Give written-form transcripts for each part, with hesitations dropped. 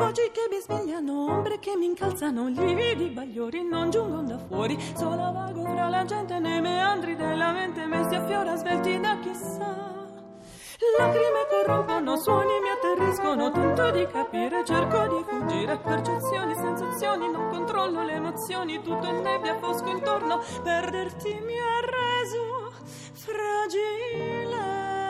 Voci che bisbigliano, ombre che mi incalzano, lividi bagliori non giungono da fuori. Sola vago fra la gente nei meandri della mente, messi a fiora svelti da chissà. Lacrime corrompono, suoni mi atterriscono, tento di capire, cerco di fuggire. Percezioni, sensazioni, non controllo le emozioni, tutto in nebbia, fosco intorno. Perderti mi ha reso fragile.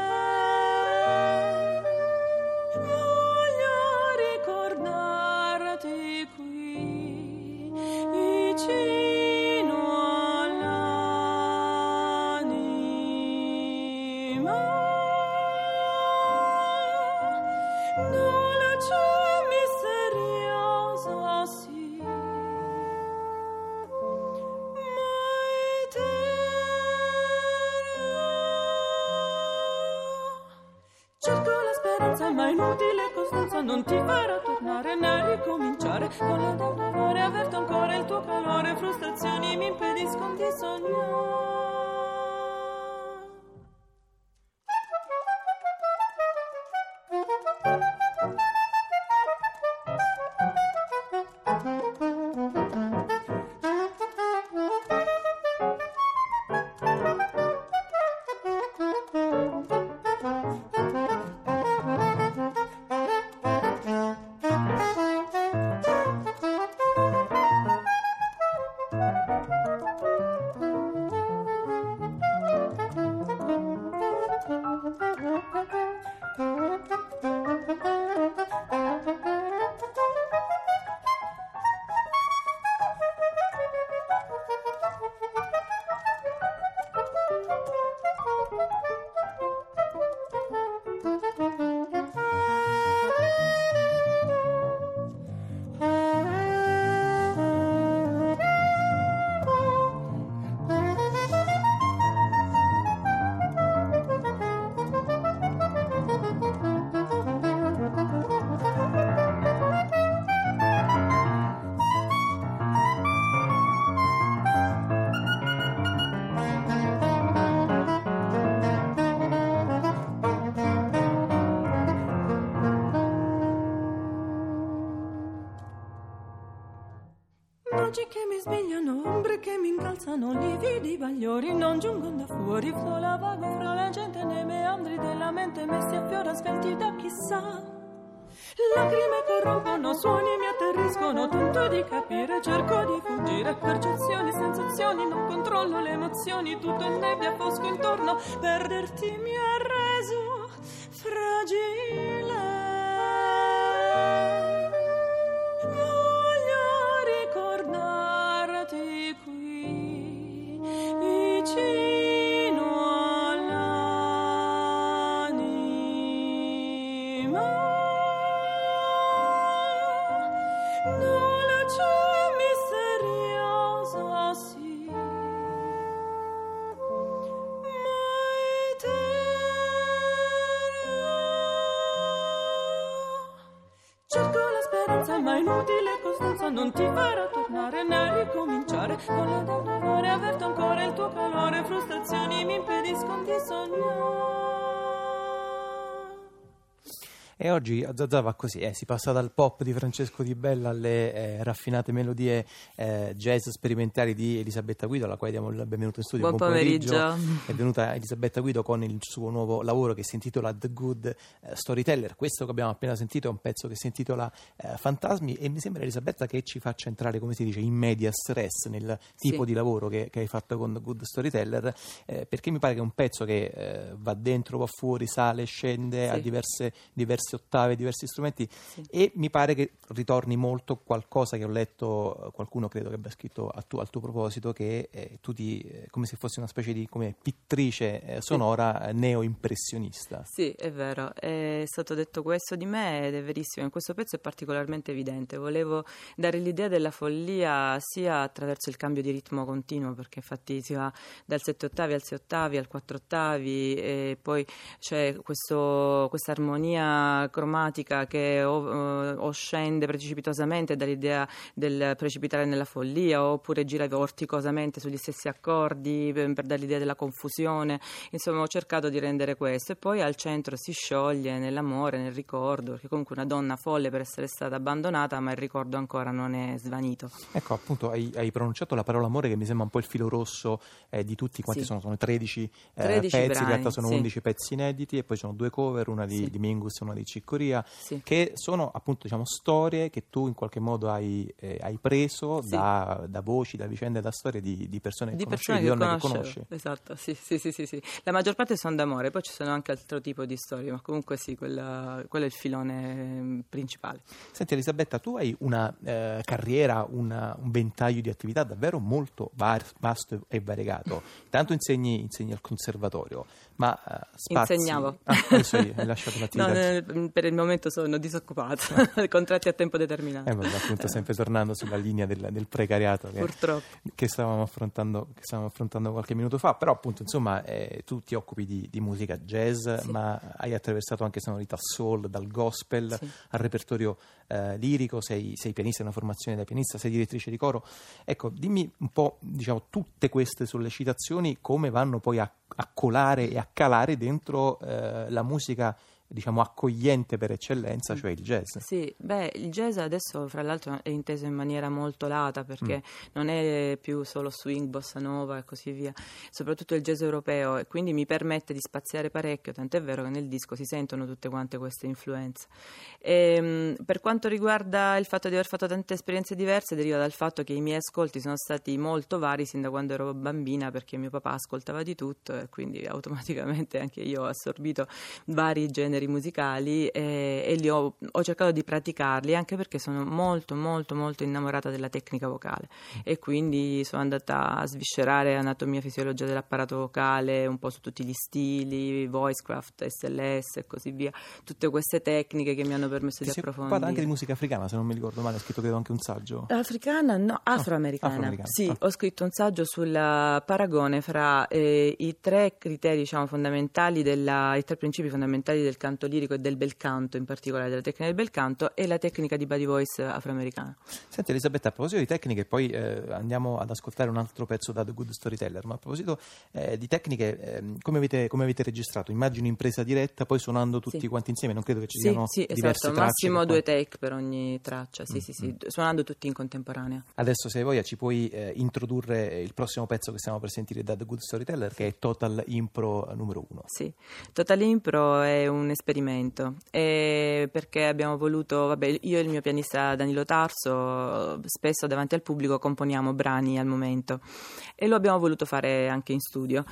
Voglio ricordarti qui, vicino all'anima. Dolce misteriosa, sì, ma eterna. Cerco la speranza, ma inutile costanza non ti farà tornare né ricominciare. Con la d'amore avverto ancora il tuo calore, frustrazioni mi impediscono di sognare. Voci che mi svegliano, ombre che mi incalzano, lividi bagliori non giungono da fuori. Sola vago fra la gente nei meandri della mente, messi a fiora svelti da chissà. Lacrime corrompono, suoni mi atterriscono, tento di capire, cerco di fuggire. Percezioni, sensazioni, non controllo le emozioni, tutto in nebbia, fosco intorno. Perderti mi ha reso fragile. Qui vicino all'anima, dolce misteriosa, sì, ma eterna. Cerco la speranza, ma inutile costanza non ti farà tornare né ricominciare. Con la d'amore avverto ancora il tuo calore, frustrazioni mi impediscono di sognare. E oggi a Zazà va così, si passa dal pop di Francesco Di Bella alle raffinate melodie jazz sperimentali di Elisabetta Guido, alla quale diamo il benvenuto in studio. Buon pomeriggio. È venuta Elisabetta Guido con il suo nuovo lavoro che si intitola The Good Storyteller. Questo che abbiamo appena sentito è un pezzo che si intitola Fantasmi, e mi sembra, Elisabetta, che ci faccia entrare, come si dice, in medias res nel tipo di lavoro che hai fatto con The Good Storyteller, perché mi pare che è un pezzo che va dentro, va fuori, sale, scende, ha diverse ottave, diversi strumenti, e mi pare che ritorni molto qualcosa che ho letto, qualcuno credo che abbia scritto al tuo proposito, che tu come se fossi una specie di come pittrice sonora neo-impressionista. Sì, è vero, è stato detto questo di me ed è verissimo. In questo pezzo è particolarmente evidente. Volevo dare l'idea della follia sia attraverso il cambio di ritmo continuo, perché infatti si va dal 7 ottavi al 6 ottavi al 4 ottavi, e poi c'è questa armonia linea cromatica che o scende precipitosamente dall'idea del precipitare nella follia, oppure gira vorticosamente sugli stessi accordi per dare l'idea della confusione. Insomma, ho cercato di rendere questo, e poi al centro si scioglie nell'amore, nel ricordo, perché comunque una donna folle per essere stata abbandonata, ma il ricordo ancora non è svanito. Ecco, appunto, hai pronunciato la parola amore, che mi sembra un po' il filo rosso di tutti quanti. Sì. Sono 13 13 pezzi, brani, in realtà sono sì. 11 pezzi inediti, e poi sono 2 cover, una di Mingus e una di Ciccoria, Sì. che sono appunto, diciamo, storie che tu in qualche modo hai preso da voci, da vicende, da storie di persone che conosci, di donne che conosci. Esatto, sì. La maggior parte sono d'amore, poi ci sono anche altro tipo di storie, ma comunque sì, quello è il filone principale. Senti Elisabetta, tu hai una carriera, un ventaglio di attività davvero molto vasto e variegato. Tanto insegni al conservatorio, ma spazi... Insegnavo. Adesso hai lasciato l'attività. No, per il momento sono disoccupata, contratti a tempo determinato. Vabbè, appunto, sempre tornando sulla linea del precariato Purtroppo. che stavamo affrontando qualche minuto fa, però appunto, insomma, tu ti occupi di musica jazz, ma hai attraversato anche sonorità soul, dal gospel al repertorio lirico, sei pianista, una formazione da pianista, sei direttrice di coro. Ecco, dimmi un po', diciamo, tutte queste sollecitazioni come vanno poi a colare e a calare dentro la musica, diciamo, accogliente per eccellenza, cioè il jazz. Sì, il jazz adesso fra l'altro è inteso in maniera molto lata, perché non è più solo swing, bossa nova e così via, soprattutto il jazz europeo, e quindi mi permette di spaziare parecchio, tant'è vero che nel disco si sentono tutte quante queste influenze. Per quanto riguarda il fatto di aver fatto tante esperienze diverse, deriva dal fatto che i miei ascolti sono stati molto vari sin da quando ero bambina, perché mio papà ascoltava di tutto e quindi automaticamente anche io ho assorbito vari generi musicali e li ho cercato di praticarli, anche perché sono molto molto molto innamorata della tecnica vocale, e quindi sono andata a sviscerare anatomia e fisiologia dell'apparato vocale un po' su tutti gli stili, Voicecraft, SLS e così via, tutte queste tecniche che mi hanno permesso di approfondire. Parla anche di musica africana, se non mi ricordo male, hai scritto credo anche un saggio. Africana? No, afroamericana. Sì, ho scritto un saggio sul paragone fra i tre criteri, diciamo, fondamentali i tre principi fondamentali del canto lirico e del bel canto, in particolare della tecnica del bel canto, e la tecnica di body voice afroamericana. Senti Elisabetta, a proposito di tecniche, poi andiamo ad ascoltare un altro pezzo da The Good Storyteller, ma a proposito di tecniche, come avete registrato? Immagino in presa diretta, poi suonando tutti quanti insieme, non credo che ci siano diverse esatto, tracce. Massimo 2 take per ogni traccia, suonando tutti in contemporanea. Adesso, se hai voglia, ci puoi introdurre il prossimo pezzo che stiamo per sentire da The Good Storyteller, che è Total Impro numero 1. Sì, Total Impro è un esperimento, perché abbiamo voluto, io e il mio pianista Danilo Tarso spesso davanti al pubblico componiamo brani al momento, e lo abbiamo voluto fare anche in studio,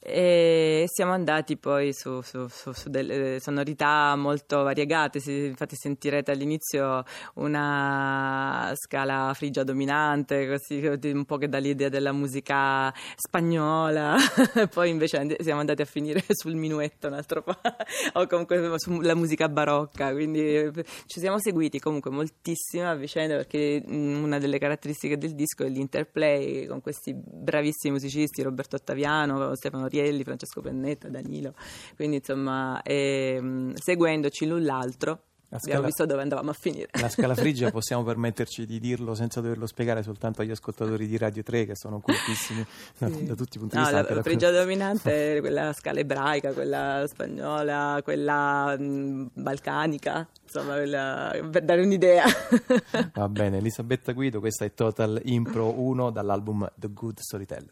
e siamo andati poi su delle sonorità molto variegate. Infatti sentirete all'inizio una scala frigia dominante, così un po' che dà l'idea della musica spagnola poi invece siamo andati a finire sul minuetto un altro po' o comunque sulla musica barocca, quindi ci siamo seguiti comunque moltissimo a vicenda, perché una delle caratteristiche del disco è l'interplay con questi bravissimi musicisti, Roberto Ottaviano, Stefano Rielli, Francesco Pennetta, Danilo, quindi insomma seguendoci l'un l'altro abbiamo visto dove andavamo a finire. La scala frigia possiamo permetterci di dirlo senza doverlo spiegare soltanto agli ascoltatori di Radio 3, che sono coltissimi da tutti i punti di vista. La frigia dominante è quella scala ebraica, quella spagnola, quella balcanica, insomma, per dare un'idea. Va bene, Elisabetta Guido, questa è Total Impro 1 dall'album The Good Storyteller.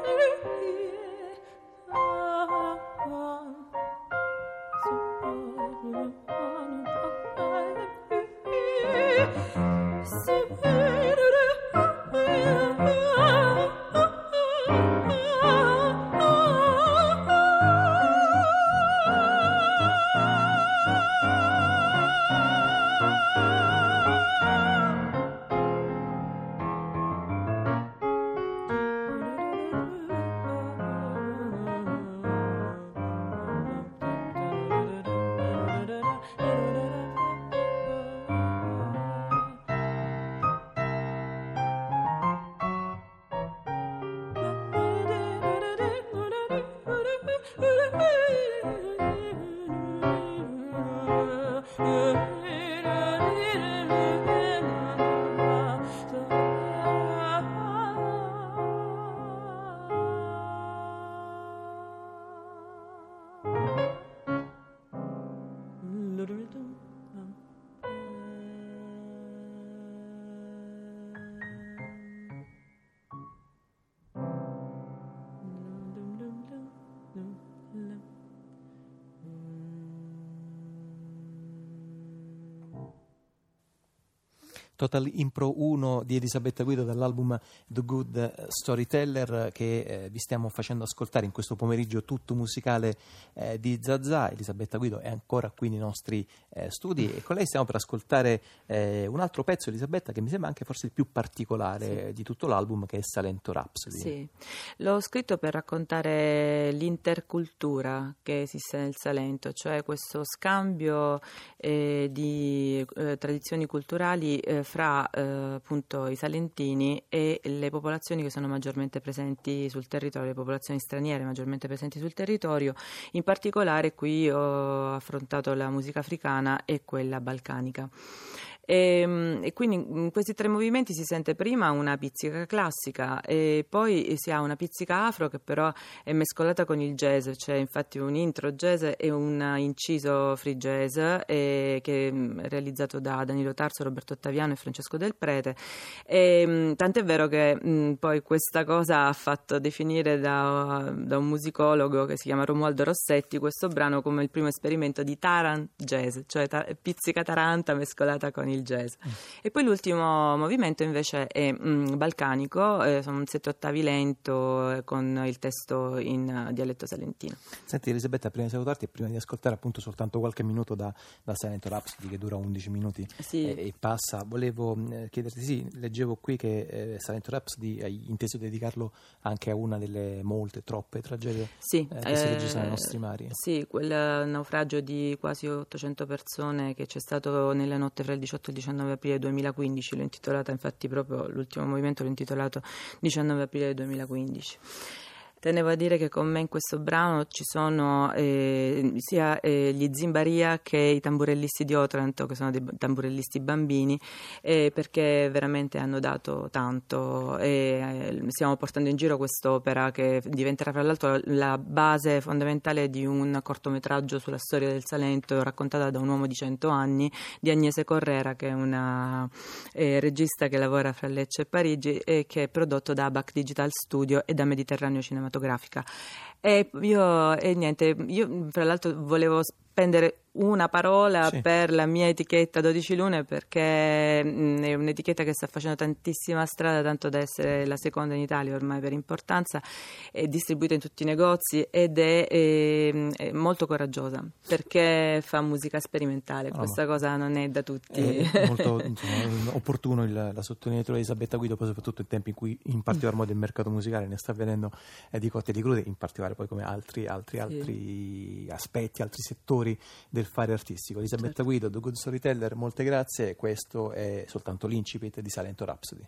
Total Impro 1 di Elisabetta Guido dall'album The Good Storyteller che vi stiamo facendo ascoltare in questo pomeriggio tutto musicale di Zazà. Elisabetta Guido è ancora qui nei nostri studi e con lei stiamo per ascoltare un altro pezzo, Elisabetta, che mi sembra anche forse il più particolare di tutto l'album, che è Salento Rhapsody. Sì, l'ho scritto per raccontare l'intercultura che esiste nel Salento, cioè questo scambio di tradizioni culturali fra appunto i salentini e le popolazioni che sono maggiormente presenti sul territorio, le popolazioni straniere maggiormente presenti sul territorio. In particolare qui ho affrontato la musica africana e quella balcanica. E quindi in questi tre movimenti si sente prima una pizzica classica e poi si ha una pizzica afro che però è mescolata con il jazz, c'è infatti un intro jazz e un inciso free jazz che è realizzato da Danilo Tarso, Roberto Ottaviano e Francesco Del Prete, tant'è vero che poi questa cosa ha fatto definire da un musicologo che si chiama Romualdo Rossetti questo brano come il primo esperimento di Tarant jazz, cioè pizzica taranta mescolata con il jazz. E poi l'ultimo movimento invece è balcanico, sono un 7/8 lento con il testo in dialetto salentino. Senti Elisabetta, prima di salutarti e prima di ascoltare appunto soltanto qualche minuto da Salento Rhapsody, che dura 11 minuti e passa, volevo chiederti, leggevo qui che Salento Rhapsody hai inteso dedicarlo anche a una delle molte, troppe tragedie che si registrano nei nostri mari. Sì, quel naufragio di quasi 800 persone che c'è stato nella notte fra il 18 e il 19 aprile 2015, l'ho intitolata, infatti proprio l'ultimo movimento l'ho intitolato 19 aprile 2015. Tenevo a dire che con me in questo brano ci sono sia gli Zimbaria che i tamburellisti di Otranto, che sono dei tamburellisti bambini, perché veramente hanno dato tanto e stiamo portando in giro quest'opera che diventerà fra l'altro la base fondamentale di un cortometraggio sulla storia del Salento raccontata da un uomo di 100 anni, di Agnese Correra, che è una regista che lavora fra Lecce e Parigi e che è prodotto da ABAC Digital Studio e da Mediterraneo Cinematografica. E io fra l'altro volevo spendere una parola per la mia etichetta 12 Lune, perché è un'etichetta che sta facendo tantissima strada, tanto da essere la seconda in Italia ormai per importanza, è distribuita in tutti i negozi ed è molto coraggiosa perché fa musica sperimentale. Questa cosa non è da tutti. È molto opportuno la sottolineatura di Elisabetta Guido, poi soprattutto in tempi in cui in particolar modo il mercato musicale ne sta avvenendo di cotte e di crude, in particolare poi come altri aspetti, altri settori del fare artistico. Elisabetta Guido, The Good Storyteller, molte grazie. Questo è soltanto l'incipit di Salento Rhapsody.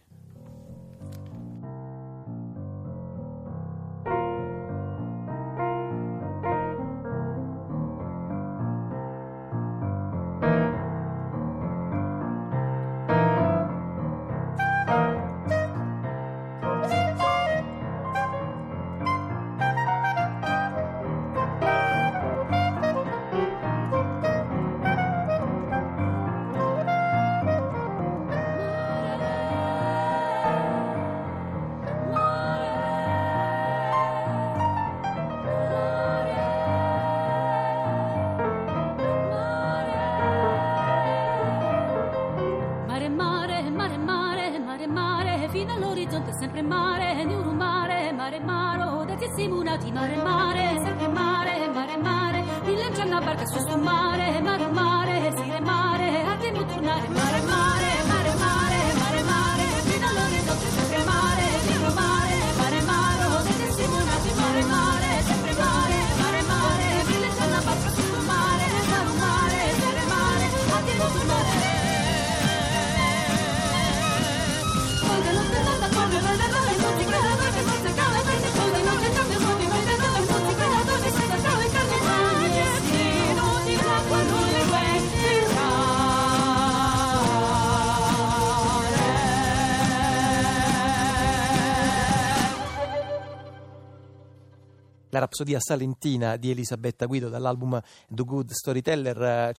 testimoniati mare mare, sempre mare, mare mare, villeggiando a barca su sto mare, mare mare, sire mare, a tempo tornare mare mare, mare mare, mare mare, fino all'orizzonte sempre mare, vino mare, mare maro, sei testimoniati mare mare, sempre mare, mare mare, villeggiando a barca su sto mare, mare mare, sire mare, a tempo tornare. La rapsodia salentina di Elisabetta Guido dall'album The Good Storyteller